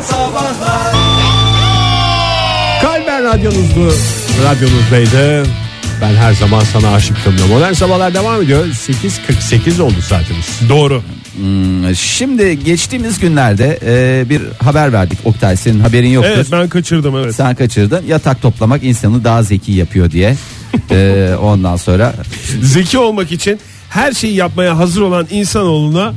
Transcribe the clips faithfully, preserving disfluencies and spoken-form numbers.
Sabahlar Kalben radyonuzdu, radyonuzdaydı. Ben her zaman sana aşıktım. Modern Sabahlar devam ediyor. sekiz kırk sekiz oldu saatimiz. Doğru. Hmm, şimdi geçtiğimiz günlerde e, bir haber verdik. Oktay, senin haberin yoktur. Evet, ben kaçırdım, evet. Sen kaçırdın. Yatak toplamak insanı daha zeki yapıyor diye. e, ondan sonra Zeki olmak için her şeyi yapmaya hazır olan insanoğluna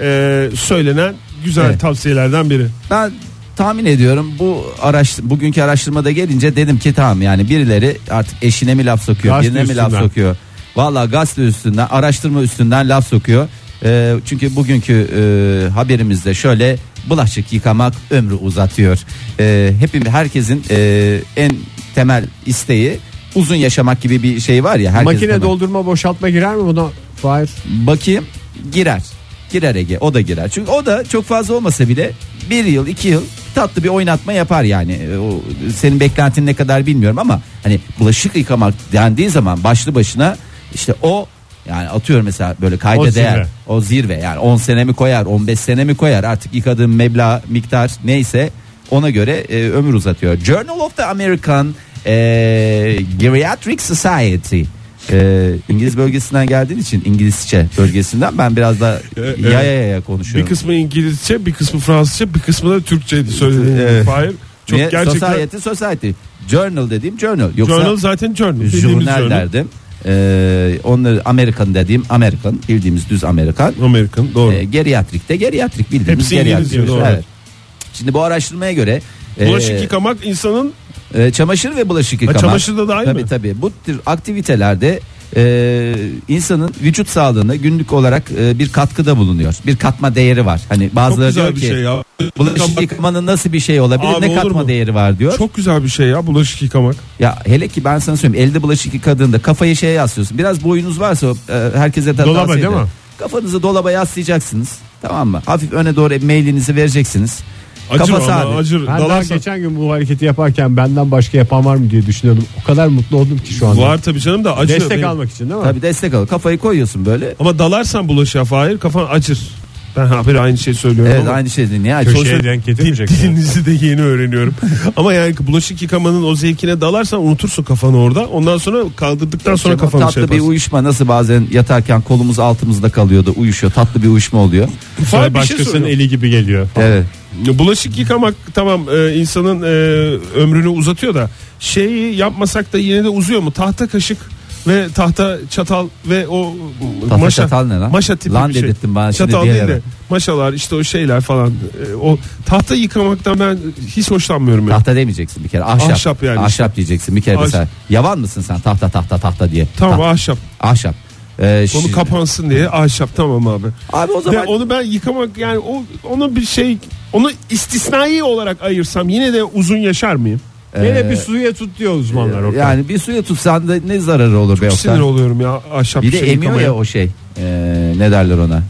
e, söylenen güzel Evet. tavsiyelerden biri. ben tahmin ediyorum bu araş bugünkü araştırmada gelince dedim ki tamam, yani birileri artık eşine mi laf sokuyor, Gazete birine mi laf üstünden. sokuyor. Vallahi gazete üstünden, araştırma üstünden laf sokuyor. E, çünkü bugünkü e, haberimizde şöyle: bulaşık yıkamak ömrü uzatıyor. E, hepimiz, herkesin e, en temel isteği uzun yaşamak gibi bir şey var ya. herkesin Makine temel. doldurma boşaltma girer mi buna? Fahir. Bakayım, girer. Girer Ege, o da girer. Çünkü o da çok fazla olmasa bile bir yıl iki yıl tatlı bir oynatma yapar yani. E, O, senin beklentin ne kadar bilmiyorum ama hani bulaşık yıkamak dendiği zaman başlı başına işte o, yani atıyorum mesela böyle kayda O değer zirve. o zirve, yani on sene mi koyar, on beş sene mi koyar, artık yıkadığım meblağ miktar neyse ona göre e, ömür uzatıyor. Journal of the American e, Geriatric Society. Ee, İngiliz bölgesinden geldiğin için, İngilizce bölgesinden ben biraz da yaya yaya Bir konuşuyorum. kısmı İngilizce, bir kısmı Fransızca, bir kısmı da Türkçeydi söylediğin gibi. Evet. Fahir. Çok Niye? gerçekten. Society, society. Journal dediğim journal. Yoksa Journal zaten journal. Bildiğimiz jurnal journal. derdim. Ee, onları American dediğim American, bildiğimiz düz Amerikan. American, doğru. Ee, geriatrik de geriatrik, bildiğimiz Hepsi geriatrik. İngilizce, doğru. Evet. Şimdi bu araştırmaya göre Bulaşık e, yıkamak insanın e, çamaşır ve bulaşık yıkamak. çamaşır da dahil tabii, mi? Tabii bu tür aktivitelerde e, insanın vücut sağlığına günlük olarak e, bir katkıda bulunuyor. Bir katma değeri var. Hani çok bazıları güzel diyor bir ki şey ya. bulaşık yıkamanın nasıl bir şey olabilir, Abi ne olur katma mu? değeri var diyor. Çok güzel bir şey ya bulaşık yıkamak. Ya hele ki ben sana söyleyeyim, elde bulaşık yıkadığında kafayı şeye yaslıyorsun. Biraz boyunuz varsa e, herkese de Dolaba tavsiye değil ederim. mi? Kafanızı dolaba yaslayacaksınız. Tamam mı? Hafif öne doğru mailinizi vereceksiniz. Acır Kafa ama sabit. acır. Ben daha Dalarsan. geçen gün bu hareketi yaparken benden başka yapan var mı diye düşünüyordum. O kadar mutlu oldum ki şu anda. Var tabii canım da acıyor. Destek benim. almak için değil mi? Tabii destek al. Kafayı koyuyorsun böyle. Ama dalarsan bulaşığa Fahir, kafan acır. Ben haberi aynı şey söylüyorum Evet, ama. aynı şey değil. Niye? Köşeye Sonuçta- denk getirmeyecek. mi? Dilinizi de yeni öğreniyorum. Ama yani bulaşık yıkamanın o zevkine dalarsan unutursun kafanı orada. Ondan sonra kaldırdıktan sonra Çok kafanı tatlı şey bir yaparsın. uyuşma, nasıl bazen yatarken kolumuz altımızda kalıyordu, uyuşuyor, tatlı bir uyuşma oluyor. Fahir, Sonra bir şey başkasının soruyorum. eli gibi geliyor. Evet. Bulaşık yıkamak tamam, e, insanın e, ömrünü uzatıyor da şeyi yapmasak da yine de uzuyor mu? Tahta kaşık ve tahta çatal ve o Tahta maşa, çatal ne lan? maşa tipi Lan bir şey. dedirttin bana şimdi Çatal diye değil de evet. maşalar, işte o şeyler falan. E, o tahta yıkamaktan ben hiç hoşlanmıyorum. Yani. Tahta demeyeceksin bir kere. Ahşap. Ahşap yani Ahşap diyeceksin bir kere Ahşap. mesela. Yavan mısın sen, tahta tahta tahta diye. Tamam, Tahta- ahşap. Ahşap. Ee, Onu şi- kapansın diye ahşap, tamam abi. Abi o zaman Ve onu ben yıkamak, yani o onu bir şey, onu istisnai olarak ayırsam yine de uzun yaşar mıyım? Yine bir suya tut diyor uzmanlar. Oktay. yani bir suya tutsan da ne zararı olur be Sinir Oktay? oluyorum ya ahşap Bir de şey emiyor yıkamaya. ya o şey. Ee, ne derler ona?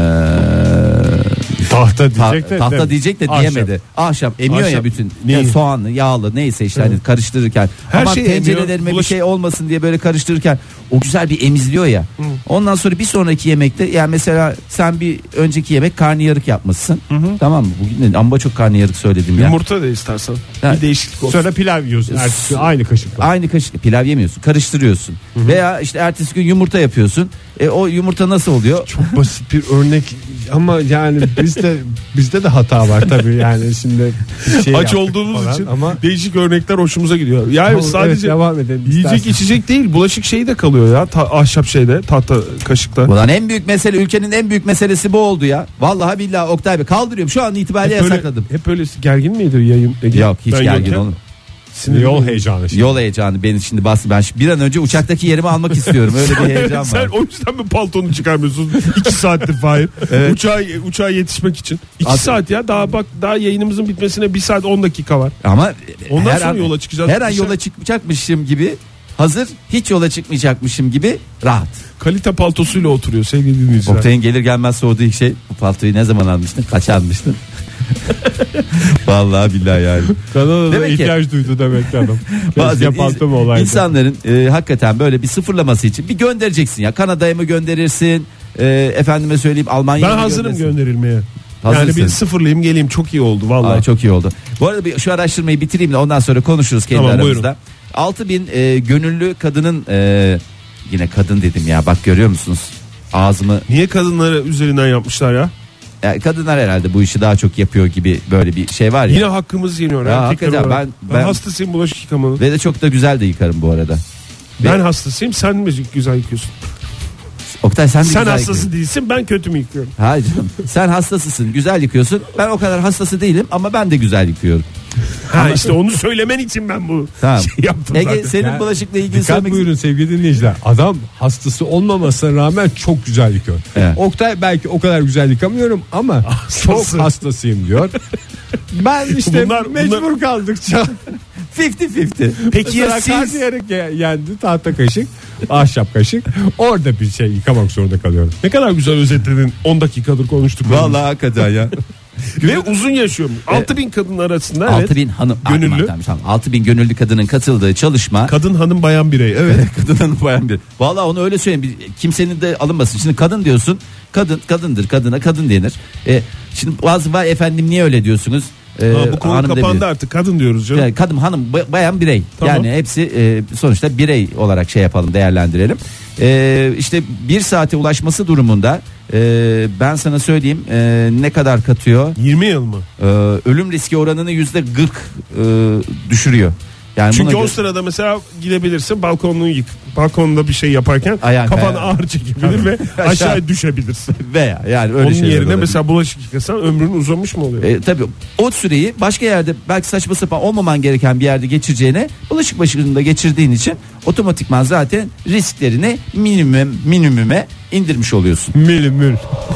Ee, tahta ta- diyecek de. tahta diyecek de Ahşap. diyemedi. Ahşap emiyor ya Ahşap. bütün. Neyi? Ya soğanlı, yağlı neyse işte hani karıştırırken. Her Ama şey emiyor. tencerelerime bir Bulaş- şey olmasın diye böyle karıştırırken o güzel bir emizliyor ya. Ondan sonra bir sonraki yemekte, yani mesela sen bir önceki yemek karnıyarık yapmışsın. Tamam mı? Bugün de amba çok karnıyarık söyledim ya. Yumurta da istersen. Ha. Bir değişiklik olsun. Sonra pilav yiyorsun. Ertesi gün aynı kaşıkla. Aynı kaşık pilav yemiyorsun, karıştırıyorsun. Veya işte ertesi gün yumurta yapıyorsun. E, o yumurta nasıl oluyor? Çok basit bir örnek ama yani bizde bizde de hata var tabii, yani şimdi bir şey Aç yaptık olduğumuz falan için ama değişik örnekler hoşumuza gidiyor. Yani Ama sadece evet, devam edelim yiyecek istersen. içecek değil, bulaşık şeyi de kalıyor ya. Ta- ahşap şeyde, tahta kaşıkta. Ulan en büyük mesele, ülkenin en büyük meselesi bu oldu ya. Vallahi billahi Oktay Bey, kaldırıyorum şu an itibariyle Hep böyle, yasakladım. hep böyle gergin miydi yayın? Ege? Yok hiç Ben gergin yokken oğlum. sinirli yol miydim? heyecanı. Şimdi. Yol heyecanı beni şimdi bastı. Ben bir an önce uçaktaki yerimi almak istiyorum. Öyle bir heyecan Sen var. o yüzden mi paltonu çıkarmıyorsun? İki saattir Fahir. Evet. Uçağa, uçağa yetişmek için. İki At- saat ya, daha bak, daha yayınımızın bitmesine bir saat on dakika var. Ama Ondan her sonra an, yola çıkacağız. her an Bir yola şey- çıkacakmışım gibi hazır, hiç yola çıkmayacakmışım gibi rahat. Kalite paltosuyla oturuyor sevgili dinleyiciler. Oktay'ın gelir gelmez sorduğu ilk şey, bu paltoyu ne zaman almıştın? Kaç almıştın? Vallahi billahi yani. Kanada'da Demek ki- ihtiyaç duydu demek ki adam. Bazen Keşke palto mu olaydı? insanların e, hakikaten böyle bir sıfırlaması için bir göndereceksin ya. Kanada'ya mı gönderirsin? E, efendime söyleyeyim Almanya'ya Ben mı hazırım gönderirsin? gönderilmeye. Hazırsın. Yani bir sıfırlayayım geleyim, çok iyi oldu vallahi. Aa, çok iyi oldu. Bu arada bir, şu araştırmayı bitireyim de ondan sonra konuşuruz kendi Tamam, aramızda. buyurun. altı bin e, gönüllü kadının e, yine kadın dedim ya, bak görüyor musunuz ağzımı. Niye kadınları üzerinden yapmışlar ya? Yani kadınlar herhalde bu işi daha çok yapıyor gibi böyle bir şey var ya. Yine hakkımız yeniyor. Ya, erkekler hakikaten olarak. ben- ben ben- hastasıyım bulaşık yıkamanın. Ve de çok da güzel de yıkarım bu arada. Ben hastasıyım, sen mi güzel yıkıyorsun? Oktay sen de Sen güzel hastası yıkıyorsun. değilsin, ben kötü mü yıkıyorum? Hayır canım. Sen hastasısın, güzel yıkıyorsun. Ben o kadar hastası değilim ama ben de güzel yıkıyorum. Ha işte onu söylemen için ben bu Tamam. şey yaptım Ege zaten. senin Yani bulaşıkla ilgili Dikkat söylemek buyurun sevgili dinleyiciler. Adam hastası olmamasına rağmen çok güzel yıkıyor. Evet. Oktay belki o kadar güzel yıkamıyorum ama Hastası. çok hastasıyım diyor. Ben işte Bunlar- mecbur bunlar- kaldıkça elli elli. Peki ya mesela kar siz? diyerek ye- yendi tahta kaşık, ahşap kaşık. Orada bir şey yıkamak zorunda kalıyorum. Ne kadar güzel özetledin, on dakikadır konuştuk. Vallahi hakikaten ya. Ve uzun yaşıyor mu? altı bin kadın arasında evet. altı bin hanım Gönüllü. Tamam, tamam, tamam. altı bin gönüllü kadının katıldığı çalışma. Kadın, hanım, bayan, birey, evet. Kadının bayan bir. Vallahi onu öyle söyleyeyim. Bir- Kimsenin de alınmasın. Şimdi kadın diyorsun. Kadın kadındır. Kadına kadın denir. E, şimdi bazı vay efendim niye öyle diyorsunuz? E, Ha, bu konu hanım kapandı demiyor. artık, kadın diyoruz canım. Yani kadın hanım ba- bayan birey. Tamam. Yani hepsi e, sonuçta birey olarak şey yapalım, değerlendirelim. E, işte bir saate ulaşması durumunda e, ben sana söyleyeyim e, ne kadar katıyor? yirmi yıl mı? E, ölüm riski oranını yüzde kırk e, düşürüyor. Yani Çünkü buna o göre- sırada mesela gidebilirsin balkonunu yık. Balkonda bir şey yaparken Ayağın kafanı kayar. ağır çekebilir ve Aşağı. aşağı düşebilirsin. veya yani öyle Onun şeyler yerine olabilir. mesela bulaşık yıkasan ömrün uzamış mı oluyor? E, tabii o süreyi başka yerde belki saçma sapan olmaman gereken bir yerde geçireceğine bulaşık başında geçirdiğin için otomatikman zaten risklerini minimum minimüme indirmiş oluyorsun. Mil mil.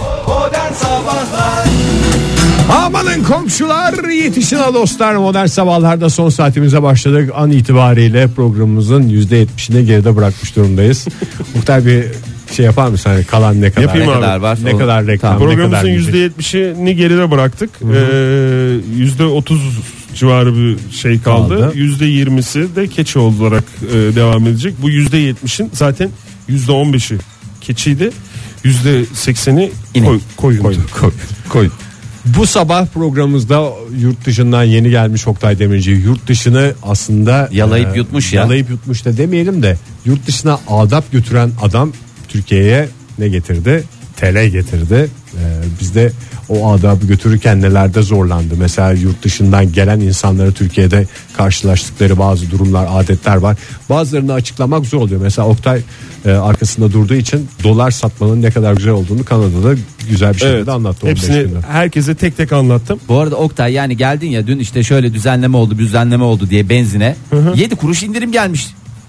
Amanın komşular, yetişin ha dostlar. Modern Sabahlar'da son saatimize başladık. An itibariyle programımızın yüzde yetmişini geride bırakmış durumdayız. Muhtar bir şey yapar mısın? Hani kalan ne kadar? Yapayım Ne abi. kadar var? Ne O- kadar reklam, Tamam. ne kadar Programımızın müzik? yüzde yetmişini geride bıraktık. Ee, yüzde otuz civarı bir şey kaldı. Kaldı. Yüzde yirmisi de keçi olarak e, devam edecek. Bu yüzde yetmişin zaten yüzde on beşi keçiydi. Yüzde sekseni İnek. koy, koyundu. Koy, koy, koy. Bu sabah programımızda yurt dışından yeni gelmiş Oktay Demirci yurt dışını aslında Yalayıp yutmuş ya. Yalayıp yutmuş da demeyelim de yurt dışına adap götüren adam Türkiye'ye ne getirdi? T L getirdi. Ee, biz de o adabı götürürken nelerde zorlandı. Mesela yurt dışından gelen insanları Türkiye'de karşılaştıkları bazı durumlar, adetler var. Bazılarını açıklamak zor oluyor. Mesela Oktay e, arkasında durduğu için dolar satmanın ne kadar güzel olduğunu Kanada'da güzel bir şekilde Evet. anlattı. on beş Hepsini günde. herkese tek tek anlattım. Bu arada Oktay yani geldin ya dün işte şöyle düzenleme oldu düzenleme oldu diye benzine yedi kuruş indirim gelmiş.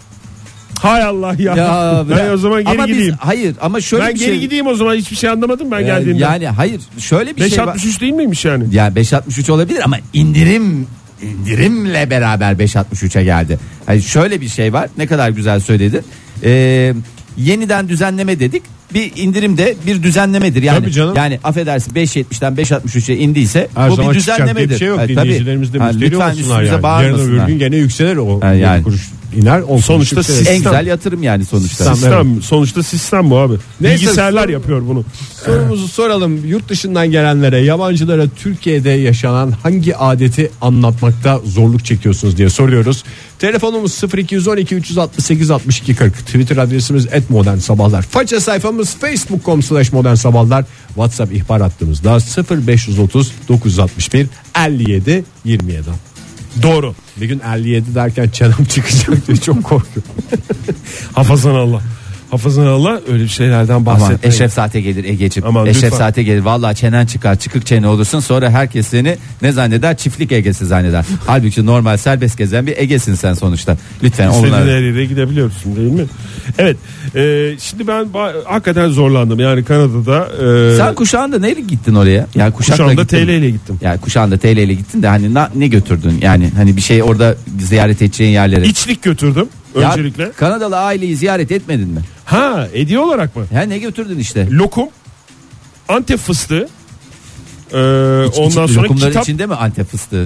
Hay Allah ya. Ya ben o zaman geri ama biz- gideyim. hayır ama şöyle Ben bir geri şey. gideyim o zaman, hiçbir şey anlamadım ben Ee, geldiğimde. Yani hayır şöyle bir şey var. beş altmış üç değil miymiş yani? Yani beş altmış üç olabilir ama indirim indirimle beraber beş altmış üçe geldi. Yani şöyle bir şey var. Ne kadar güzel söyledin. Ee, yeniden düzenleme dedik. Bir indirim de bir düzenlemedir. Yani Tabii canım. yani affedersin beş yetmişten beş altmış üçe indiyse Her bu zaman bir çıkacak diye düzenlemedir. bir şey yok. Ha, tabii. Dinleyicilerimiz de Ha, müşteri lütfen olsunlar üstümüze yani. Yarın öbür bağırmasınlar. gün gene yükselir o. Ha, yedi yani. kuruş iner. on kuruş Sonuçta yükselir. siz- En Sistem. güzel yatırım yani sonuçta. Sistem. Sistem, sonuçta sistem bu abi. Neyse, Bilgisayarlar sor- yapıyor bunu. Sorumuzu soralım. Yurt dışından gelenlere, yabancılara Türkiye'de yaşanan hangi adeti anlatmakta zorluk çekiyorsunuz diye soruyoruz. Telefonumuz sıfır iki on iki üç altı sekiz altmış iki kırk. Twitter adresimiz et modern sabahlar. Faça sayfamız facebook nokta com slash modern sabahlar. WhatsApp ihbar hattımızda sıfır beş otuz dokuz altmış bir elli yedi yirmi yedi. Doğru. Bir gün elli yedi derken çenem çıkacak diye çok korkuyorum. Hafazan Allah. Hafazan Allah, öyle bir şeylerden Aman bahsetmeyin. eşref saate gelir Ege'ciğim. Aman Eşref lütfen. saate gelir. Vallahi çenen çıkar, çıkık çene olursun. Sonra herkes seni ne zanneder? Çiftlik Ege'si zanneder. Halbuki normal serbest gezen bir Ege'sin sen sonuçta. Lütfen İstediğin onlar. her yere gidebiliyorsun değil mi? Evet. E, şimdi ben ba- hakikaten zorlandım. Yani Kanada'da e, Sen kuşağında neyle gittin oraya? Yani kuşakla kuşağımda gittin. T L ile gittim. Yani kuşağında T L ile gittin de hani na- ne götürdün? Yani hani bir şey orada ziyaret edeceğin yerlere. İçlik götürdüm Ya, öncelikle. Kanadalı aileyi ziyaret etmedin mi? Ha, hediye olarak mı? Ya ne götürdün işte? Lokum, Antep fıstığı. E, İç- ondan iç- sonra lokumların kitap, içinde mi Antep fıstığı?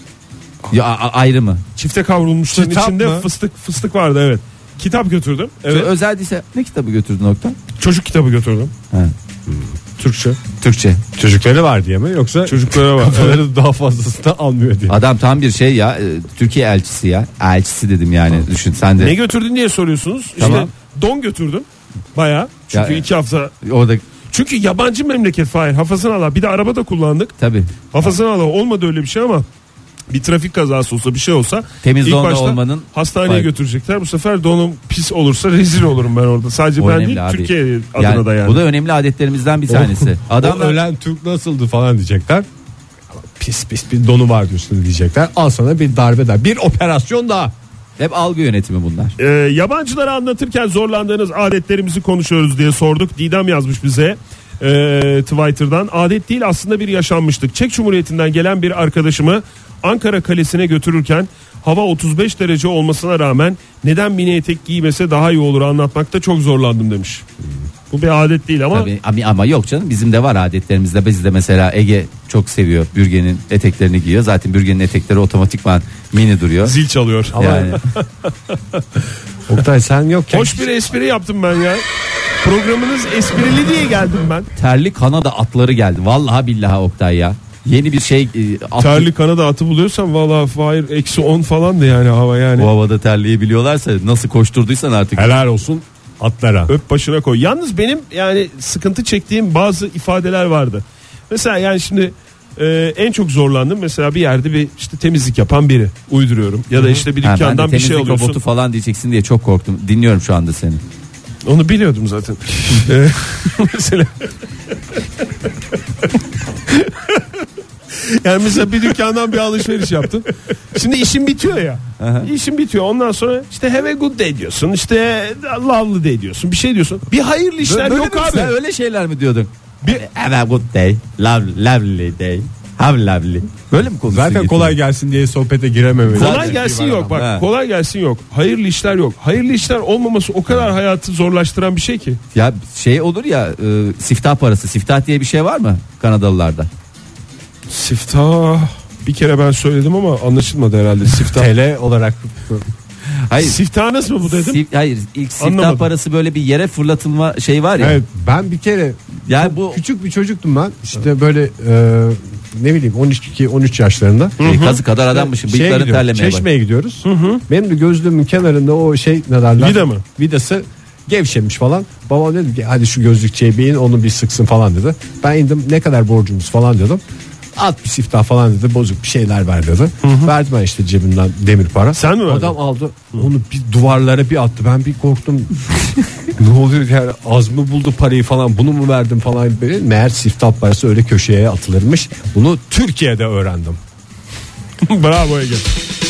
Ya a- a- ayrı mı? çifte kavrulmuşların Kitap içinde mı? fıstık fıstık vardı, evet. Kitap götürdüm. Evet. Özel değilse ne kitabı götürdün Oktay? Çocuk kitabı götürdüm. Ha. Türkçe. Türkçe. Çocukları var diye mi yoksa Çocuklara var. kafaları evet. Daha fazlasını almıyor diye. Adam tam bir şey ya, Türkiye elçisi ya. Elçisi dedim yani, tamam. Düşün sen de. Ne götürdün diye soruyorsunuz. Tamam. İşte don götürdüm. Bayağı. Çünkü ya, iki hafta. Orada. Çünkü yabancı memleket Fahir. Hafazan Allah. Bir de araba da kullandık. Tabii. Hafazan Allah olmadı öyle bir şey ama bir trafik kazası olsa, bir şey olsa temiz donda olmanın hastaneye Hayır. götürecekler. Bu sefer donum pis olursa rezil olurum ben orada. Sadece o ben değil abi. Türkiye adına yani, da yani. Bu da önemli adetlerimizden bir tanesi. Adam ölen Türk nasıldı falan diyecekler. Pis pis bir donu var diyorsun diyecekler. Al sana bir darbe daha. Bir operasyon daha. Hep algı yönetimi bunlar. Ee, yabancılara anlatırken zorlandığınız adetlerimizi konuşuyoruz diye sorduk. Didem yazmış bize e, Twitter'dan. Adet değil, aslında bir yaşanmışlık. Çek Cumhuriyeti'nden gelen bir arkadaşımı Ankara Kalesi'ne götürürken hava otuz beş derece olmasına rağmen neden mini etek giymese daha iyi olur anlatmakta çok zorlandım demiş. Bu bir adet değil ama. Tabii, ama yok canım, bizim de var adetlerimizde. Biz de mesela Ege çok seviyor bürgenin eteklerini giyiyor. Zaten bürgenin etekleri otomatikman mini duruyor. Zil çalıyor. Yani. Oktay sen yok. Hoş bir espri yaptım ben ya. Programınız esprili diye geldim ben. Terli Kanada atları geldi. Vallahi billahi Oktay ya. Yeni bir şey. At... Terli Kanada atı buluyorsan vallahi Fahir eksi on falan da yani hava yani. Bu havada terliği biliyorlarsa nasıl koşturduysan artık. Helal olsun atlara. Öp başına koy. Yalnız benim yani sıkıntı çektiğim bazı ifadeler vardı. Mesela yani şimdi e, en çok zorlandım. Mesela bir yerde bir işte temizlik yapan biri uyduruyorum. Ya da işte bir ha, dükkandan bir şey alıyorsun. Temizlik robotu falan diyeceksin diye çok korktum. Dinliyorum şu anda seni. Onu biliyordum zaten. Mesela yani mesela bir dükkandan bir alışveriş yaptın. Şimdi işin bitiyor ya. Aha. İşin bitiyor. Ondan sonra işte have a good day diyorsun. İşte lovely day diyorsun. Bir şey diyorsun. Bir hayırlı işler böyle yok mi? abi. Sen öyle şeyler mi diyordun? Bir have a good day, lovely, lovely day. Have lovely. Böyle mi konuşuyorsun? Zaten kolay gelsin diye sohbete girememeli. Kolay gelsin yok bak. Ha. Kolay gelsin yok. Hayırlı işler yok. Hayırlı işler olmaması o kadar hayatı zorlaştıran bir şey ki. Ya şey olur ya, e, siftah parası. Siftah diye bir şey var mı Kanadalılarda? Siftah bir kere ben söyledim ama anlaşılmadı herhalde. Siftah T L olarak. Hayır. Siftah nasıl mı bu dedim? Sif, hayır ilk siftah Anlamadım. Parası böyle bir yere fırlatılma şey var ya. Evet, ben bir kere yani bu küçük bir çocuktum ben. İşte böyle e, ne bileyim on iki on üç yaşlarında. E, kazı kadar adammışım. Şeye Bıyıkların terlemeye bak. Çeşmeye gidiyoruz. Hı hı. Benim de gözlüğümün kenarında o şey ne derler? Vida mı? Vidası gevşemiş falan. Babam dedi ki hadi şu gözlükçeye bir in, onu bir sıksın falan dedi. Ben indim, ne kadar borcumuz falan dedim. At bir siftah falan dedi, bozuk bir şeyler ver dedi. Hı hı. Verdim ben işte cebimden demir para. Sen mi verdin? Adam aldı onu bir duvarlara bir attı, ben bir korktum. Ne oluyor yani, az mı buldu parayı falan, bunu mu verdim falan böyle. Meğer siftah parası öyle köşeye atılırmış. Bunu Türkiye'de öğrendim. Bravo Ege.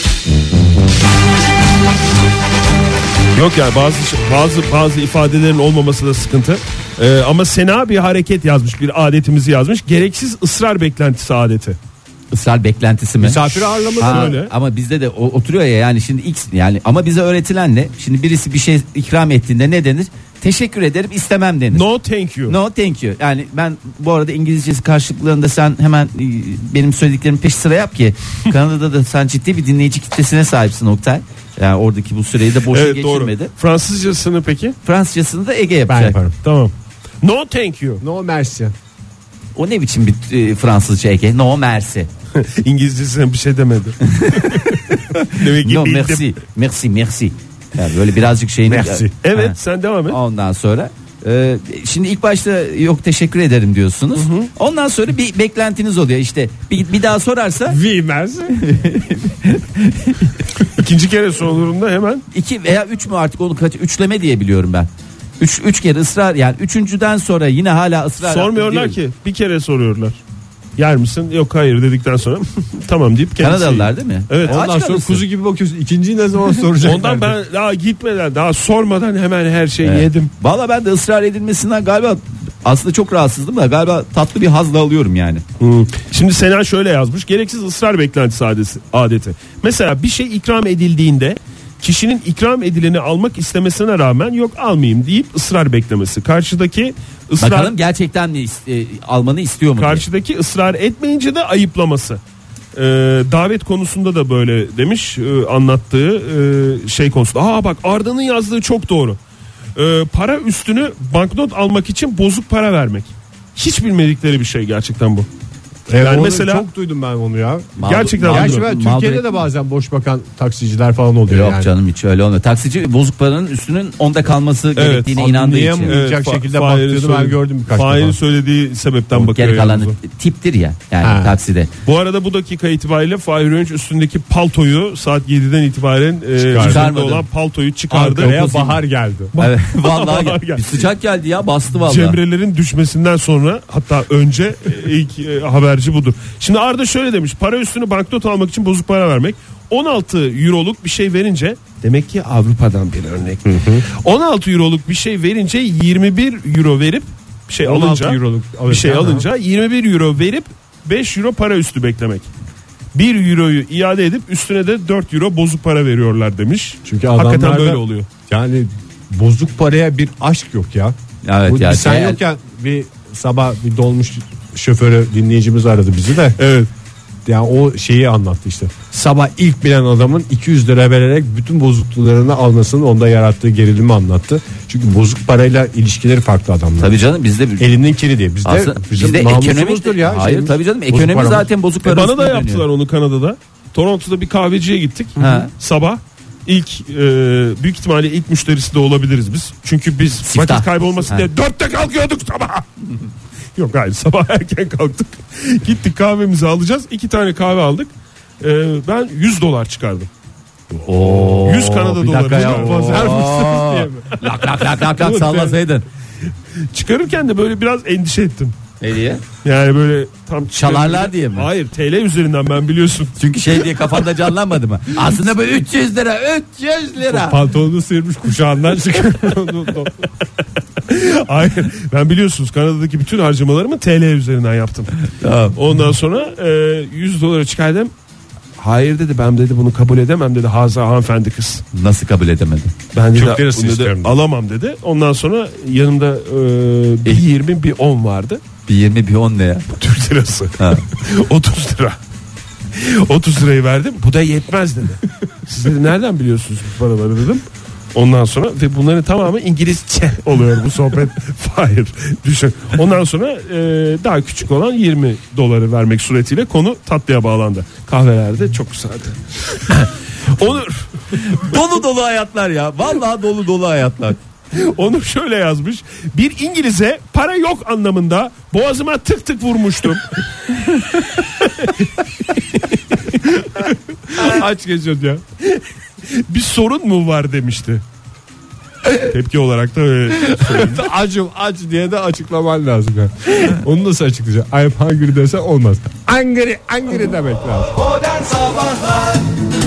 Yok yani bazı bazı bazı ifadelerin olmaması da sıkıntı. Ee, ama Sena bir hareket yazmış, bir adetimizi yazmış. Gereksiz ısrar beklentisi adeti. Israr beklentisi mi? Misafir ağırlama öyle. Ama bizde de o, oturuyor ya yani şimdi X yani, ama bize öğretilen ne? Şimdi birisi bir şey ikram ettiğinde ne denir? Teşekkür ederim, istemem denir. No thank you. No thank you. Yani ben bu arada İngilizcesi karşılıklarında sen hemen benim söylediklerimi peş sıra yap ki Kanada'da da sen ciddi bir dinleyici kitlesine sahipsin Oktay. Yani oradaki bu süreyi de boşa evet, geçirmedi. Doğru. Fransızcasını peki? Fransızcasını da Ege yapacak. Ben yaparım. Tamam. No thank you. No merci. O ne biçim bir e, Fransızca Ege? No merci. İngilizcesine bir şey demedi. Demek ki no bildim. merci. Merci merci. Yani böyle birazcık şeyini. Merci. Evet, ha. Sen devam et. Ondan sonra e, şimdi ilk başta yok teşekkür ederim diyorsunuz. Hı hı. Ondan sonra bir beklentiniz oluyor. İşte bir, bir daha sorarsa. Oui merci. İkinci kere sorduğunda hemen. İki veya üç mü artık, onu kaç, üçleme diye biliyorum ben. Üç, üç kere ısrar, yani üçüncüden sonra yine hala ısrar. Sormuyorlar ki, bir kere soruyorlar. Yer misin? Yok hayır dedikten sonra tamam deyip kendisi. Kanadalılar değil mi? Evet. Ondan sonra kalırsın. Kuzu gibi bakıyorsun. İkinciyi ne zaman soracaklar? Ondan ben daha gitmeden, daha sormadan hemen her şeyi evet. yedim. Valla ben de ısrar edilmesinden galiba aslında çok rahatsızdım da galiba tatlı bir hazla alıyorum yani. Hmm. Şimdi Sena şöyle yazmış. Gereksiz ısrar beklentisi adeti. adeti. Mesela bir şey ikram edildiğinde kişinin ikram edileni almak istemesine rağmen yok almayayım deyip ısrar beklemesi. Karşıdaki ısrar, bakalım gerçekten mi iste, almanı istiyor mu karşıdaki diye. Israr etmeyince de ayıplaması. Ee, davet konusunda da böyle demiş, e, anlattığı e, şey konusunda. Aa bak, Arda'nın yazdığı çok doğru. Ee, para üstünü banknot almak için bozuk para vermek. hiç bilmedikleri bir şey gerçekten bu. Evet, Yani onu mesela çok duydum ben onu ya. Mağdur- Gerçekten mağdur- Gerçi ben mağdur- Türkiye'de de bazen boş bakan taksiciler falan oluyor Yok yani. canım hiç öyle olmuyor. Taksici bozuk paranın üstünün onda kalması Evet, gerektiğine inandığı için. anlayamıyor. Olacak şekilde Fahir'in baktığını ben söyledi- gördüm birkaç Fahir'in defa. söylediği sebepten bakıyor. Geri kalanı yalnız o. tiptir ya yani Ha. takside. Bu arada bu dakika itibariyle Fahir Öğünç üstündeki paltoyu saat yediden itibaren e, Çıkardı. üzerinde olan paltoyu çıkardı. Arkaya bahar geldi. Evet, vallahi Bahar gel- geldi. bir sıcak geldi ya bastı vallahi. Cemrelerin düşmesinden sonra hatta önce e, ilk e, haberci budur. Şimdi Arda şöyle demiş, para üstünü banknot almak için bozuk para vermek. on altı euroluk bir şey verince, demek ki Avrupa'dan bir örnek. on altı euroluk bir şey verince yirmi bir euro verip bir şey on altı alınca euroluk bir şey alırken, alınca yirmi bir euro verip beş euro para üstü beklemek. bir euroyu iade edip üstüne de dört euro bozuk para veriyorlar demiş. Çünkü hakikaten adamlarda böyle oluyor. Yani bozuk paraya bir aşk yok ya. Evet Bu, ya, sen değer- yokken bir sabah bir dolmuş şoförü dinleyicimiz aradı bizi de. Evet. Yani o şeyi anlattı işte. Sabah ilk bilen adamın iki yüz lira vererek bütün bozukluklarını almasının onda yarattığı gerilimi anlattı. Çünkü bozuk parayla ilişkileri farklı adamlar. Tabii canım bizde bir Elinin kiri diye. Bizde, aslında bizim bizde namusumuzdur ekonomi ya. hayır şeyimiz. tabii canım Bozuk ekonomi paramız. zaten bozuk E para bana da üstüne yaptılar dönüyor. onu Kanada'da. Toronto'da bir kahveciye gittik. Ha. Sabah ilk e, büyük ihtimalle ilk müşterisi de olabiliriz biz. Çünkü biz Siftah. vakit kaybolmasın Ha. diye dörtte kalkıyorduk sabah. Yok hayır, sabah erken kalktık. Gittik kahvemizi alacağız. İki tane kahve aldık. E, ben yüz dolar çıkardım. Oo, yüz Kanada bir doları. dakika ya. Bunu pazar mısınız diye mi? Lak lak lak lak lak sallasaydın. Çıkarırken de böyle biraz endişe ettim. Ne diye? Yani böyle tam Çalarlar diye mi? Hayır, T L üzerinden ben biliyorsun. Çünkü şey diye kafanda canlanmadı mı? Aslında bu üç yüz lira üç yüz lira. Pantolonu sıyırmış kuşağından çıkıyor. Hayır, ben biliyorsunuz Kanada'daki bütün harcamalarımı T L üzerinden yaptım. Tamam. Ondan sonra e, yüz dolara çıkardım. Hayır dedi, ben dedi bunu kabul edemem dedi Haza hanımefendi kız. Nasıl kabul edemedin? Ben dedi, Türk lirası bunu dedi, isterim dedi. alamam dedi. Ondan sonra yanımda e, bir yirmi bir on vardı. Bir yirmi bir on ne ya? Türk lirası. Ha. otuz lira. otuz lirayı verdim. Bu da yetmez dedi. Siz dedi nereden biliyorsunuz bu paraları dedim. Ondan sonra ve bunların tamamı İngilizce oluyor bu sohbet. Hayır, düşün. Ondan sonra e, daha küçük olan yirmi doları vermek suretiyle konu tatlıya bağlandı. Kahvelerde çok güzeldi. Onur Dolu dolu hayatlar ya. Vallahi dolu dolu hayatlar. Onur şöyle yazmış. Bir İngiliz'e para yok anlamında boğazıma tık tık vurmuştum. Aç geziyordu ya. Bir sorun mu var demişti. Tepki olarak da öyle. Acım aç diye de açıklaman lazım. Yani. Onu nasıl açıklayacaksın? I'm hungry dese olmaz. Angry, angry demek lazım. Modern Sabahlar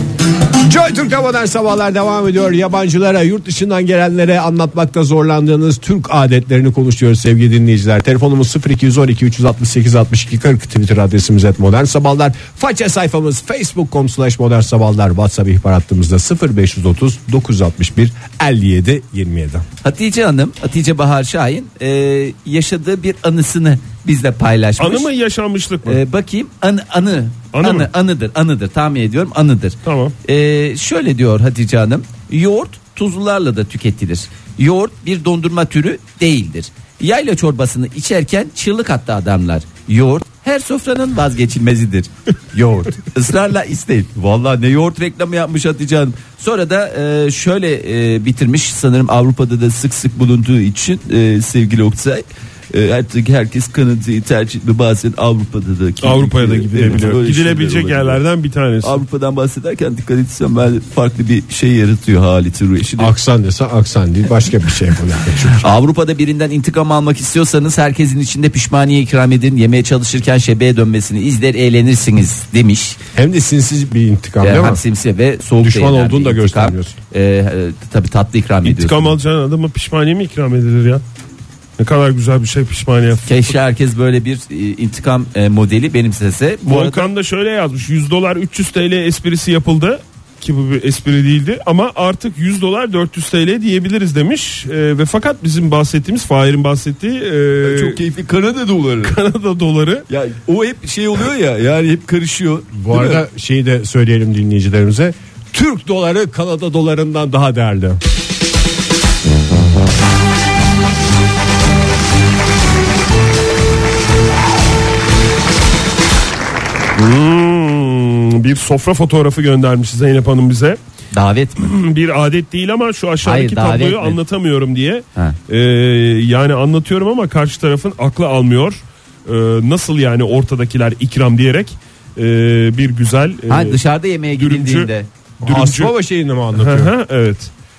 Joy Türk'te modern sabahlar devam ediyor. Yabancılara, yurt dışından gelenlere anlatmakta zorlandığınız Türk adetlerini konuşuyoruz sevgili dinleyiciler. Telefonumuz sıfır iki on iki üç altı sekiz altmış iki kırk, Twitter adresimiz et modern sabahlar. Faça sayfamız facebook nokta com slash modern sabahlar. WhatsApp ihbar hattımızda sıfır beş otuz dokuz altmış bir elli yedi yirmi yedi. Hatice Hanım, Hatice Bahar Şahin e, yaşadığı bir anısını bizle paylaşmış. Anı mı yaşanmışlık mı? E, bakayım anı anı Anı anı, mı? anıdır anıdır tahmin ediyorum anıdır. Tamam. E, şöyle diyor Hatice Hanım, yoğurt tuzlularla da tüketilir. Yoğurt bir dondurma türü değildir. Yayla çorbasını içerken çığlık attı adamlar. Yoğurt her sofranın vazgeçilmezidir. Yoğurt ısrarla isteyin. Vallahi ne yoğurt reklamı yapmış Hatice Hanım. Sonra da e, şöyle e, bitirmiş, sanırım Avrupa'da da sık sık bulunduğu için e, sevgili Oktay. E, artık herkes Kanada'yı tercih etme, bazen Avrupa'da da. Avrupa'ya da gidilebiliyor. Evet, Gidilebilecek yerlerden bir tanesi. Avrupa'dan bahsederken dikkat etsem ben farklı bir şey yaratıyor hali türü. Şimdi Aksan dese aksan değil, başka bir şey yapalım. Avrupa'da birinden intikam almak istiyorsanız herkesin içinde pişmaniye ikram edin. Yemeye çalışırken şebeğe dönmesini izler eğlenirsiniz demiş. Hem de sinsiz bir intikam Ee, değil hem mi? simsi ve soğuk Düşman değinen olduğunu bir da intikam. göstermiyorsun. Ee, e, tabii tatlı ikram ediyorsun. İntikam alacağın adama pişmaniye mi ikram edilir ya? Ne kadar güzel bir şey pişmaniye. Keşke herkes böyle bir e, intikam e, modeli benimsese. Bu arada Volkan da şöyle yazmış. yüz dolar üç yüz T L esprisi yapıldı. Ki bu bir espri değildi ama artık yüz dolar dört yüz T L diyebiliriz demiş. Ee, ve fakat bizim bahsettiğimiz, Fahir'in bahsettiği e, çok keyifli Kanada doları. Kanada doları. Ya o hep şey oluyor ya, yani hep karışıyor. Bu arada şeyi de söyleyelim dinleyicilerimize. Türk doları Kanada dolarından daha değerli. Hmm, bir sofra fotoğrafı göndermiş Zeynep Hanım bize. Davet mi? Bir adet değil ama şu aşağıdaki Hayır, davet tabloyu mi? anlatamıyorum diye. Ha. Ee, yani anlatıyorum ama karşı tarafın aklı almıyor. Ee, nasıl yani ortadakiler ikram diyerek e, bir güzel e, Ha, dışarıda yemeğe dürümcü- gidildiğinde. dürümcü- Asbaba şeyini mi Hı anlatıyor? hı, evet.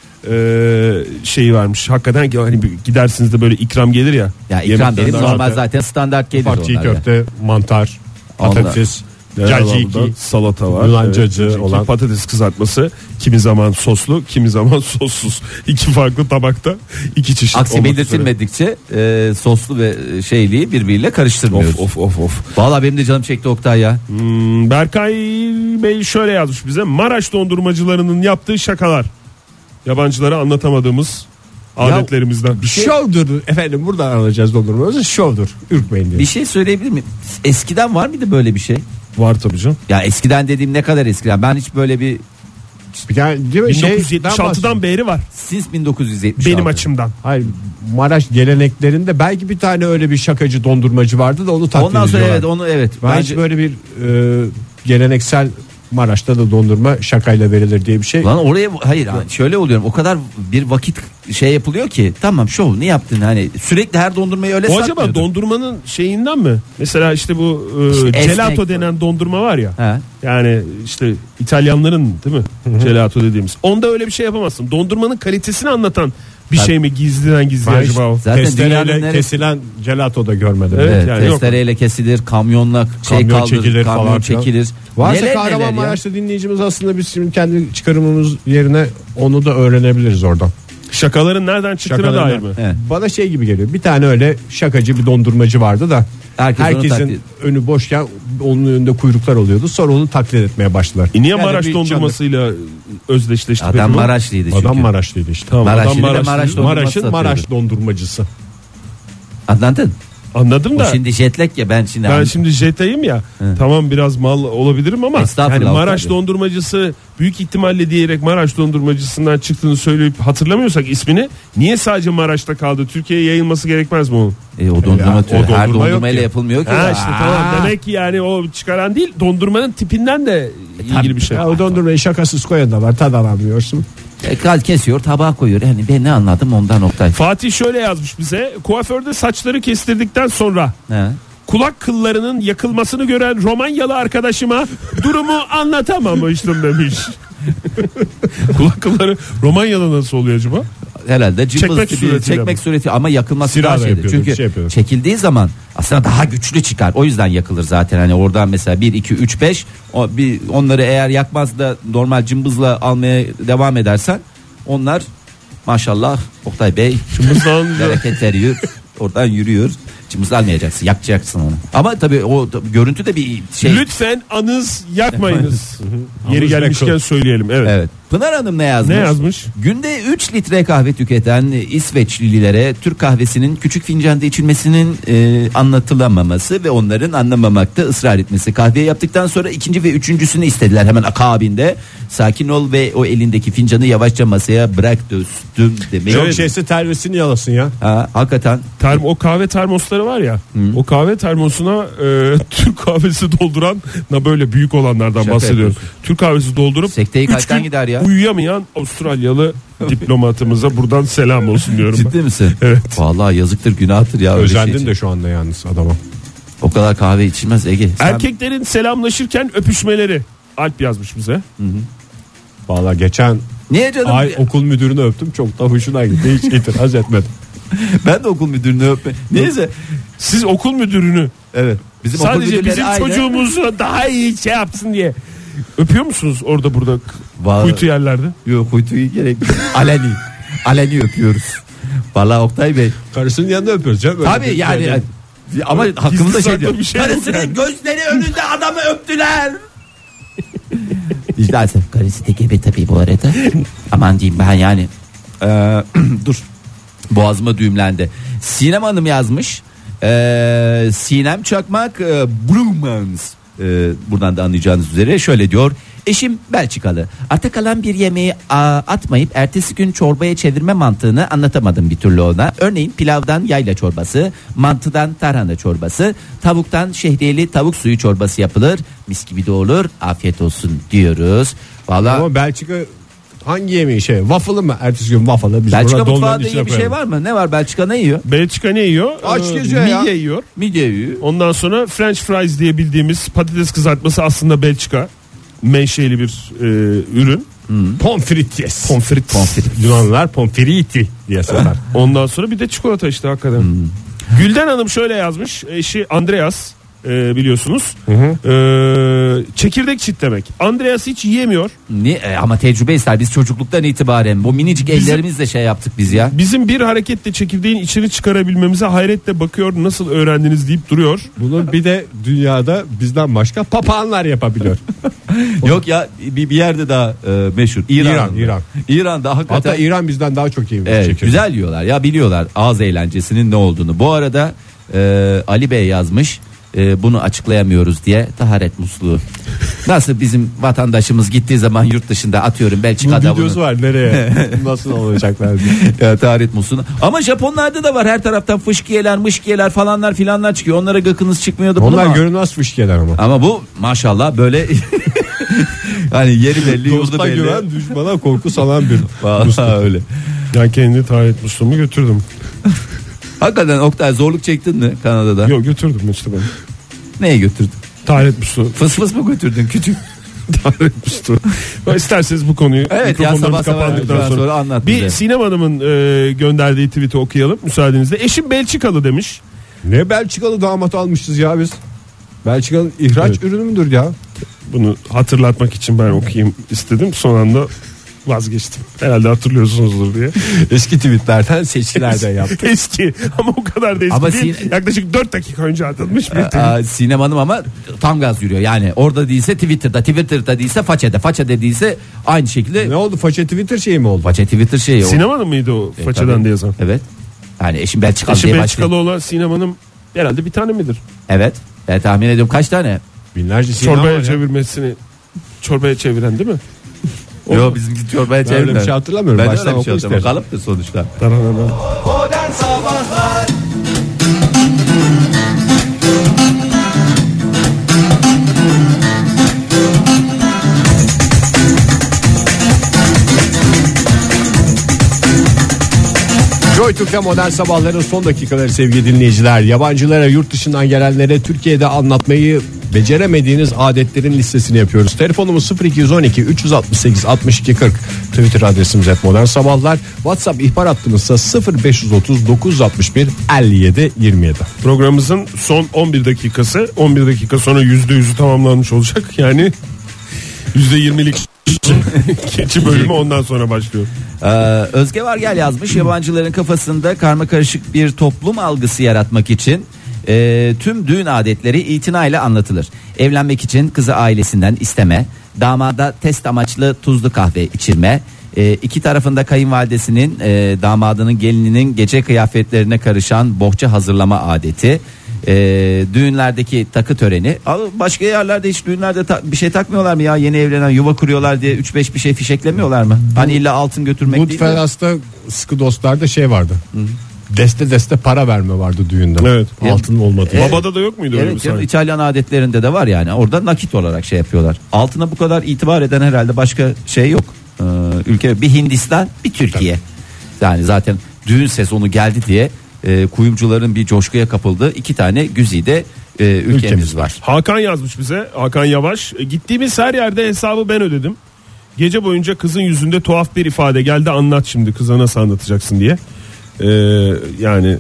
Ee, şeyi varmış. Hakikaten ki hani bir gidersiniz de böyle ikram gelir ya. Ya ikram Yemekten benim daha normal zaten. zaten standart gelir Ufak çiğ onlar ya. köfte, mantar, Onlar. patates, Burada caciki. salata var. Yunan Evet, cacığı caciki, olan. patates kızartması, kimi zaman soslu, kimi zaman sossuz. İki farklı tabakta iki çeşit. Aksi olmak üzere. belirtilmedikçe e, soslu ve şeyliği birbiriyle karıştırmıyoruz. Of of of of. Vallahi benim de canım çekti Oktay ya. Hmm, Berkay Bey şöyle yazmış bize. Maraş dondurmacılarının yaptığı şakalar. Yabancılara anlatamadığımız adetlerimizden. Bir şey, Şovdur efendim, buradan alacağız dondurmamızı, şovdur. Ürkmeyin diyor. bir şey söyleyebilir miyim? Eskiden var mıydı böyle bir şey? Var tabii canım. Ya eskiden dediğim ne kadar eskiden? Ben hiç böyle bir Yani, değil mi? bin Şeyden dokuz yüz yetmiş altıdan beri var since bin dokuz yüz yetmiş altı. benim açımdan. Hayır, Maraş geleneklerinde belki bir tane öyle bir şakacı dondurmacı vardı da onu taklit Ondan sonra ediyorlar. evet onu evet. Ben Bence- hiç böyle bir e, geleneksel Maraş'ta da dondurma şakayla verilir diye bir şey. Lan oraya hayır ha, şöyle oluyorum. O kadar bir vakit şey yapılıyor ki tamam şov ne yaptın hani sürekli her dondurmayı öyle O acaba satmıyordun. dondurmanın şeyinden mi? Mesela işte bu e, İşte gelato esnek. denen dondurma var ya. Ha. Yani işte İtalyanların değil mi? Gelato dediğimiz. Onda öyle bir şey yapamazsın. Dondurmanın kalitesini anlatan bir Tabii. şey mi gizliden gizli Ben acaba o? Zaten testereyle dünyanın neresi- kesilen gelato da görmedim. Evet. Evet, yani yok. testereyle kesilir, kamyonla şey Kamyon kaldırır, çekilir kamyon falan filan. çekilir. Varsa Neler neler ya. Kahramanmaraş'ta dinleyicimiz, aslında biz şimdi kendi çıkarımımız yerine onu da öğrenebiliriz oradan. Şakaların nereden çıktığına Şakalarından. dair mi? Evet. Bana şey gibi geliyor. Bir tane öyle şakacı bir dondurmacı vardı da Herkes onu herkesin taklit- önü boşken onun önünde kuyruklar oluyordu. Sonra onu taklit etmeye başladılar. E niye Yani Maraş bir dondurmasıyla özdeşleşti? Adam peki bu? Maraşlıydı çünkü. Adam Maraşlıydı işte. Tamam, Maraşlı adam ve Maraşlı. Maraş dondurması Maraş'ın satıyordu. Maraş dondurmacısı. Anladın? Anladım O da. şimdi jetlek ya ben şimdi. Ben an- şimdi jetayım ya. Tamam biraz mal olabilirim ama Estağfurullah, yani Maraş tabii. dondurmacısı büyük ihtimalle diyerek Maraş dondurmacısından çıktığını söyleyip hatırlamıyorsak ismini, niye sadece Maraş'ta kaldı? Türkiye'ye yayılması gerekmez mi onun? E, o dondurma Ya, o türü her dondurma yok dondurmayla ki. yapılmıyor ki. Ha ya. işte tamam, demek ki yani o çıkaran değil, dondurmanın tipinden de ilgili bir şey. Ya o dondurmayı şakasız koyan da var, tad alamıyorsun. E, kal- kesiyor tabağa koyuyor. Yani ben ne anladım ondan Oktay. Fatih şöyle yazmış bize. Kuaförde saçları kestirdikten sonra He. kulak kıllarının yakılmasını gören Romanyalı arkadaşıma durumu anlatamamıştım demiş. Kulak kılları Romanyalı nasıl oluyor acaba? Herhalde cımbız Çekmek gibi, suretiyle çekmek mi? sureti ama yakılması Sirada daha şeydir. yapıyordu, Çünkü bir şey yapıyordu. çekildiği zaman aslında daha güçlü çıkar. O yüzden yakılır zaten. Hani oradan mesela bir iki üç beş o bir onları eğer yakmaz da normal cımbızla almaya devam edersen onlar maşallah Oktay Bey Cımbızla bereket veriyor. Oradan yürüyor. Cımbız almayacaksın. Yakacaksın onu. Ama tabii o tabii görüntü de bir şey. Lütfen anız yakmayınız. Yeri Anız gelmişken yakın. söyleyelim. Evet. Evet. Pınar Hanım ne yazmış? Ne yazmış? Günde üç litre kahve tüketen İsveçlilere Türk kahvesinin küçük fincanda içilmesinin e, anlatılamaması ve onların anlamamakta ısrar etmesi. Kahveyi yaptıktan sonra ikinci ve üçüncüsünü istediler hemen akabinde. Sakin ol ve o elindeki fincanı yavaşça masaya bırak dostum demeyi. Çok şeyse tervisini yalasın ya. Ha, hakikaten. Term o kahve termosları var ya. O kahve termosuna e, Türk kahvesi dolduran, na böyle büyük olanlardan Şaka bahsediyorum. yapıyorsun. Türk kahvesi doldurup Sekteyi üç kalpten gün gider ya. uyuyamayan Avustralyalı diplomatımıza buradan selam olsun diyorum ben. Ciddi misin? Evet. Vallahi yazıktır günahtır ya. öyle şey Özendin için. de şu anda yalnız adama. O kadar kahve içilmez Ege. Sen- Erkeklerin selamlaşırken öpüşmeleri. Alp yazmış bize. Valla geçen Niye canım? ay okul müdürünü öptüm, çok da hoşuna gitti, hiç itiraz etmedim. Ben de okul müdürünü öpme. Neyse. Siz okul müdürünü Evet. Bizim okul sadece müdürleri bizim aynı. çocuğumuzu daha iyi şey yapsın diye öpüyor musunuz orada burada Vallahi- kuytu yerlerde? Yok kuytuyu gerek. Aleni. Aleni öpüyoruz. Vallahi Oktay Bey. Karısının yanında öpüyoruz canım. Öyle Tabii bir- yani. yani- Ama hakkımızda gizli şey saklı diyor. bir şey yok Karısının yani. gözleri önünde adamı öptüler. İşte karısı da gebe tabii bu arada. Aman diyeyim ben yani. Ee, dur. Boğazıma düğümlendi. Sinem Hanım yazmış. Ee, Sinem Çakmak e, Brumans. Ee, buradan da anlayacağınız üzere şöyle diyor. Eşim Belçikalı. Arta kalan bir yemeği a, atmayıp ertesi gün çorbaya çevirme mantığını anlatamadım bir türlü ona. Örneğin pilavdan yayla çorbası, mantıdan tarhana çorbası, tavuktan şehriyeli tavuk suyu çorbası yapılır. Mis gibi de olur. Afiyet olsun diyoruz. Vallahi Ama Belçika hangi yemeği şey? Waffle'ı mı? Ertesi gün waffle'ı biz Belçika burada mutfağı dolmanın içine diye bir şey koyalım. var mı? Ne var Belçika ne yiyor? Belçika ne yiyor? Aç Ee, geziyor ya. Midye yiyor. Midye yiyor. Ondan sonra French fries diye bildiğimiz patates kızartması aslında Belçika menşeli bir e, ürün. Pomfrites. Pomfrit. Yunanlılar pomfriti diye satar. Ondan sonra bir de çikolata işte hakikaten. Hmm. Gülden Hanım şöyle yazmış. Eşi Andreas e, biliyorsunuz. E, çekirdek çitlemek. Andreas hiç yiyemiyor. Ne, e, ama tecrübe ister. Biz çocukluktan itibaren bu minicik Bizim- ellerimizle şey yaptık biz ya. Bizim bir hareketle çekirdeğin içini çıkarabilmemize hayretle bakıyor. Nasıl öğrendiniz deyip duruyor. Bunu bir de dünyada bizden başka papağanlar yapabiliyor. Yok ya bir, bir yerde daha e, meşhur. İran. İran, İran. İran'da hakikaten Hatta İran bizden daha çok iyi. evet, çekirdek. güzel yiyorlar ya, biliyorlar ağız eğlencesinin ne olduğunu. Bu arada e, Ali Bey yazmış. E, bunu açıklayamıyoruz diye taharet musluğu. Nasıl bizim vatandaşımız gittiği zaman yurt dışında atıyorum Bu Belçika'da videosu bunu. var nereye? Nasıl olacaklar diye. Ya, taharet musluğu. Ama Japonlarda da var, her taraftan fışkiyeler, mışkiyeler falanlar filanlar çıkıyor. Onlara gıkınız çıkmıyordu. Bunu Onlar mu? görünmez fışkiyeler ama. Ama bu maşallah böyle hani yeri belli, yurdu Dosta belli. güven, düşmana korku salan bir. Vallahi öyle. Ben kendi taharet musluğumu götürdüm. Hakikaten Oktay, zorluk çektin mi Kanada'da? Yok götürdüm işte ben. Neye götürdün? Taharet musluğu. Fıs fıs mı götürdün küçük? Taharet musluğu. İsterseniz bu konuyu Evet ya, mikrofonlarımız sabah sabah kapandıktan sonra, sonra. sonra anlat Bir bize. Sinem Hanım'ın e, gönderdiği tweet'i okuyalım müsaadenizle. Eşim Belçikalı demiş. Ne Belçikalı damat almışız ya biz. Belçika'nın ihraç Evet. ürünü müdür ya? Bunu hatırlatmak için ben okuyayım istedim. Son anda vazgeçtim. Herhalde hatırlıyorsunuzdur diye. Eski tweetlerden seçkiler de yaptık. Eski ama o kadar da eski Ama değil. sin- Yaklaşık dört dakika önce atılmış bir tweet. Aa, Sinem Hanım ama tam gaz yürüyor. Yani orada değilse Twitter'da, Twitter'da değilse façede, façede değilse aynı şekilde Ne oldu? Faça Twitter şeyi mi oldu? façe Twitter şeyi. o. Sinem Hanım mıydı o E, façadan tabii. diye yazan? Evet. Yani eşim Belçikalı Eşi diye Belçikalı başlıyor. olan Sinem Hanım herhalde bir tane midir? Evet. Ben tahmin ediyorum kaç tane? Binlerce sinema var Çorbaya ya. çevirmesini çorbaya çeviren değil mi? Yok, bizimki çorbaya Ben öyle bir şey hatırlamıyorum. Ben Baştan öyle bir şey oku hatırlamıyorum. istersen. Kalıptır sonuçta. Modern Sabahlar Joy Türk'te modern sabahların son dakikaları sevgili dinleyiciler. Yabancılara, yurt dışından gelenlere Türkiye'de anlatmayı beceremediğiniz adetlerin listesini yapıyoruz. Telefonumuz sıfır iki on iki üç altı sekiz altmış iki kırk. Twitter adresimiz et modern sabahlar. WhatsApp ihbar hattımızsa sıfır beş otuz dokuz altmış bir elli yedi yirmi yedi. Programımızın son on bir dakikası. on bir dakika sonra yüzde yüzü tamamlanmış olacak. Yani yüzde yirmilik keçi bölümü ondan sonra başlıyor. Ee, Özge Vargel yazmış, yabancıların kafasında karmakarışık bir toplum algısı yaratmak için e, tüm düğün adetleri itinayla anlatılır. Evlenmek için kızı ailesinden isteme, damada test amaçlı tuzlu kahve içirme, e, iki tarafında kayınvalidesinin e, damadının gelininin gece kıyafetlerine karışan bohça hazırlama adeti, e, düğünlerdeki takı töreni. Abi başka yerlerde hiç düğünlerde ta- bir şey takmıyorlar mı ya, yeni evlenen yuva kuruyorlar diye üç beş bir şey fişeklemiyorlar mı? Hani illa altın götürmek değil de. Goodfellas'ta sıkı dostlarda şey vardı. Deste deste para verme vardı düğünde. Evet. Altın olmadı. Evet. Babada da yok muydu öyle bir Evet canım, sahne? İtalyan adetlerinde de var yani. Orada nakit olarak şey yapıyorlar. Altına bu kadar itibar eden herhalde başka şey yok. Ee, ülke bir Hindistan, bir Türkiye. Yani zaten düğün sezonu geldi diye e, kuyumcuların bir coşkuya kapıldığı iki tane güzide e, ülkemiz, Ülkemiz var. Hakan yazmış bize. Hakan Yavaş. E, Gittiğimiz her yerde hesabı ben ödedim. Gece boyunca kızın yüzünde tuhaf bir ifade geldi. Anlat şimdi, kıza nasıl anlatacaksın diye. Ee, yani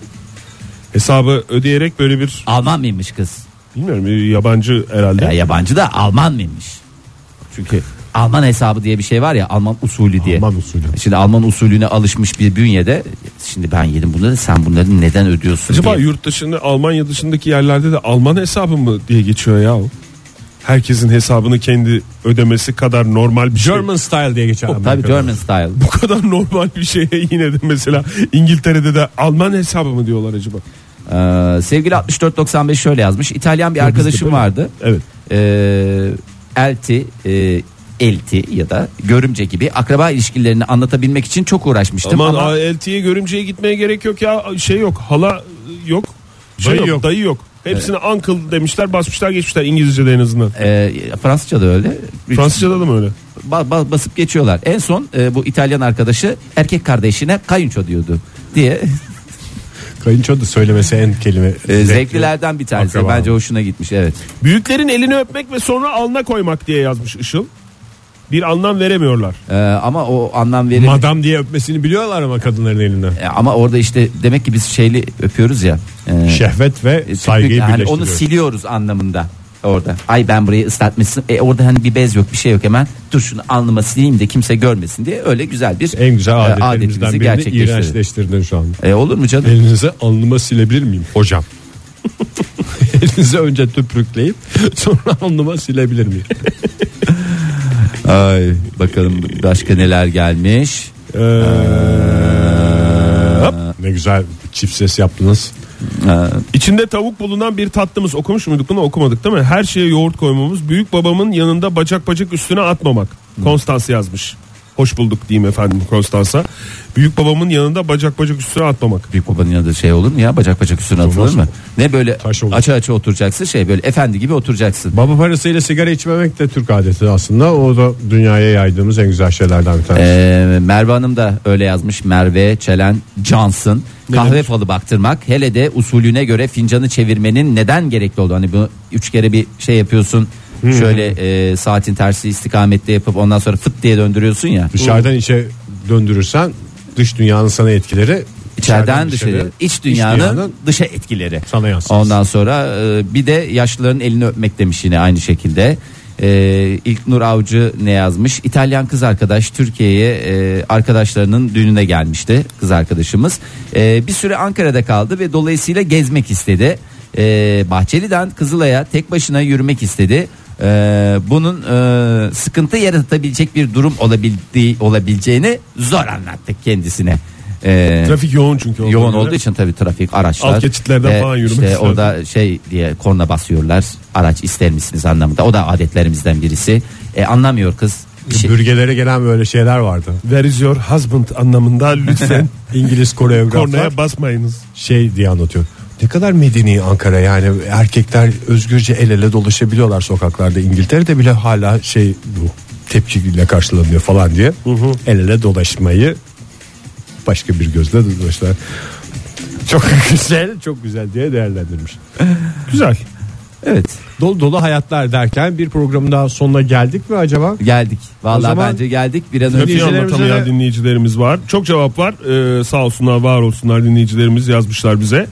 hesabı ödeyerek böyle bir, Alman mıymış kız? bilmiyorum, bir yabancı herhalde. Ya yabancı da Alman mıymış? Çünkü Alman hesabı diye bir şey var ya, Alman usulü diye. Alman usulü. Şimdi Alman usulüne alışmış bir bünyede, şimdi ben yedim bunları, sen bunları neden ödüyorsun Acaba diye. yurt dışında, Almanya dışındaki yerlerde de Alman hesabı mı diye geçiyor ya o? Herkesin hesabını kendi ödemesi kadar normal bir şey. German style diye geçer. Tabii Amerika'da. German style. Bu kadar normal bir şeye yine de mesela İngiltere'de de Alman hesabı mı diyorlar acaba? Ee, sevgili altmış dört doksan beş şöyle yazmış. İtalyan bir arkadaşım vardı. Evet. Ee, elti, e, elti ya da görümce gibi akraba ilişkilerini anlatabilmek için çok uğraşmıştım. Aman ama eltiye görümceye gitmeye gerek yok ya, şey yok, hala yok, şey Dayı yok, yok. dayı yok. Hepsine uncle demişler, basmışlar geçmişler, İngilizce'de en azından. e, Fransızca'da öyle. Fransızca'da da mı öyle? Ba- ba- basıp geçiyorlar. En son e, bu İtalyan arkadaşı erkek kardeşine kayınço diyordu diye Kayınço da söylemesi en kelime. e, zevkli. zevklilerden bir tanesi. Akraba. Bence hoşuna gitmiş, evet. Büyüklerin elini öpmek ve sonra alnına koymak diye yazmış Işıl. Bir anlam veremiyorlar. E, ama o anlam verir. Madam diye öpmesini biliyorlar ama kadınların elinden. E, ama orada işte demek ki biz şeyli öpüyoruz ya. E, Şehvet ve e, saygıyı yani birleştiriyor. onu siliyoruz anlamında. Orada. Ay ben burayı ıslatmışsın. E orada hani bir bez yok, bir şey yok, hemen dur şunu alnıma sileyim de kimse görmesin diye öyle güzel bir En güzel e, adetlerimizden adetimizi birini gerçekleştirelim. iğrençleştirdin şu an. E, olur mu canım? Elinize alnıma silebilir miyim hocam? Elinize önce tüprükleyip sonra alnıma silebilir miyim? Ay bakalım başka neler gelmiş. Ee, hop. Ne güzel çift ses yaptınız. Ee, İçinde tavuk bulunan bir tatlımız, okumuş muyduk bunu, okumadık değil mi? Her şeye yoğurt koymamız, büyük babamın yanında bacak bacak üstüne atmamak. Konstans yazmış. Hoş bulduk diyeyim efendim Konstans'a. Büyük babamın yanında bacak bacak üstüne atmamak. büyük babanın yanında şey olur mu ya, bacak bacak üstüne atılır Olmaz mı? Ne böyle Taş olur. açı açı oturacaksın, şey böyle efendi gibi oturacaksın. Baba parasıyla sigara içmemek de Türk adeti aslında. O da dünyaya yaydığımız en güzel şeylerden bir tanesi. Ee, Merve Hanım da öyle yazmış. Merve Çelen Johnson. Kahve demiş? falı baktırmak, hele de usulüne göre fincanı çevirmenin neden gerekli olduğu. Hani bu üç kere bir şey yapıyorsun. Şöyle e, saatin tersi istikamette yapıp ondan sonra fıt diye döndürüyorsun ya. Dışarıdan içe döndürürsen dış dünyanın sana etkileri İçeriden dışarı, iç dünyanın, dünyanın dışa etkileri. sana yansır. Ondan sonra e, bir de yaşlıların elini öpmek demiş yine aynı şekilde. E, İlknur Avcı ne yazmış? İtalyan kız arkadaş Türkiye'ye e, arkadaşlarının düğününe gelmişti, kız arkadaşımız. E, bir süre Ankara'da kaldı ve dolayısıyla gezmek istedi. E, Bahçeli'den Kızılay'a tek başına yürümek istedi. E, bunun e, sıkıntı yaratabilecek bir durum olabildiği olabileceğini zor anlattık kendisine. E, Trafik yoğun çünkü. yoğun olduğuna olduğu göre. için tabii trafik, araçlar. Alt geçitlerden Ve falan yürümek işte isterdim. orada şey diye korna basıyorlar. Araç ister misiniz anlamında. O da adetlerimizden birisi. E, anlamıyor kız. Bir şey- Bürgelere gelen böyle şeyler vardı. Where is your husband anlamında lütfen İngiliz koreograflar kornaya basmayınız. şey diye anlatıyor. Ne kadar medeni Ankara, yani erkekler özgürce el ele dolaşabiliyorlar sokaklarda. İngiltere'de bile hala şey bu tepkiyle karşılanıyor falan diye. El ele dolaşmayı başka bir gözle dolaşlar. Çok güzel, çok güzel diye değerlendirmiş. Güzel. Evet. Dolu dolu hayatlar derken bir programın daha sonuna geldik mi acaba? Geldik. Vallahi zaman- bence geldik. Bir an önce Trafiği Dinleyicilerimize anlatamayan de- dinleyicilerimiz var. Çok cevap var. Ee, sağ olsunlar, var olsunlar, dinleyicilerimiz yazmışlar bize.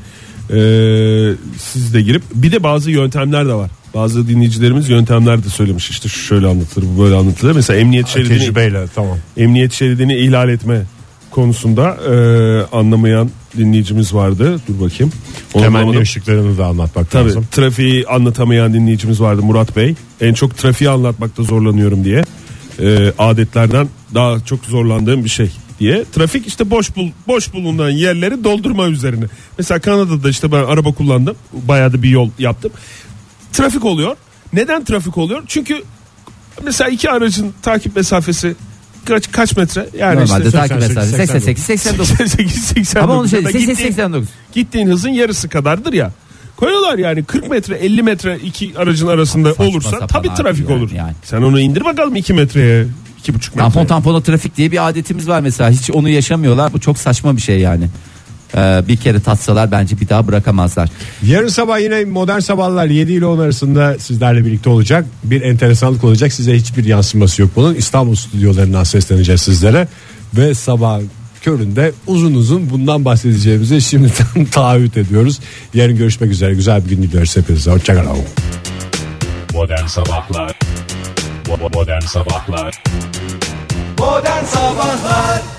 Ee, siz de girip bir de bazı yöntemler de var. Bazı dinleyicilerimiz yöntemler de söylemiş. İşte şu şöyle anlatılır, bu böyle anlatılır. Mesela emniyet şeridini Tecrübeyle tamam. emniyet şeridini ihlal etme konusunda e, anlamayan dinleyicimiz vardı. Dur bakayım. Onu Temenni anlamadım. ışıklarını da anlatmak Tabii, lazım. trafiği anlatamayan dinleyicimiz vardı, Murat Bey. En çok trafiği anlatmakta zorlanıyorum diye. Ee, adetlerden daha çok zorlandığım bir şey diye. Trafik işte boş bul boş bulunan yerleri doldurma üzerine. Mesela Kanada'da işte ben araba kullandım. Bayağı da bir yol yaptım. Trafik oluyor. Neden trafik oluyor? Çünkü mesela iki aracın takip mesafesi kaç kaç metre? Yani normalde işte takip mesafesi seksen sekiz seksen dokuz. seksen sekiz seksen dokuz. Ama onu şey Ya da seksen gittiğin- seksen dokuz. gittiğin hızın yarısı kadardır ya. Koyuyorlar yani kırk metre elli metre iki aracın arasında Saçma olursa sapan tabii abi trafik yani, olur. yani. Sen onu indir bakalım iki metreye, iki buçuk metreye. Tampon tampona trafik diye bir adetimiz var mesela. Hiç onu yaşamıyorlar. Bu çok saçma bir şey yani. Ee, bir kere tatsalar bence bir daha bırakamazlar. Yarın sabah yine modern sabahlar yedi ile on arasında sizlerle birlikte olacak. Bir enteresanlık olacak. Size hiçbir yansıması yok bunun. İstanbul stüdyolarından sesleneceğiz sizlere. Ve sabah köründe uzun uzun bundan bahsedeceğimizi şimdiden taahhüt ediyoruz. Yarın görüşmek üzere. Güzel bir gün diliyoruz hepinize. Hoşçakalın. Modern Sabahlar Bo- Modern Sabahlar Modern Sabahlar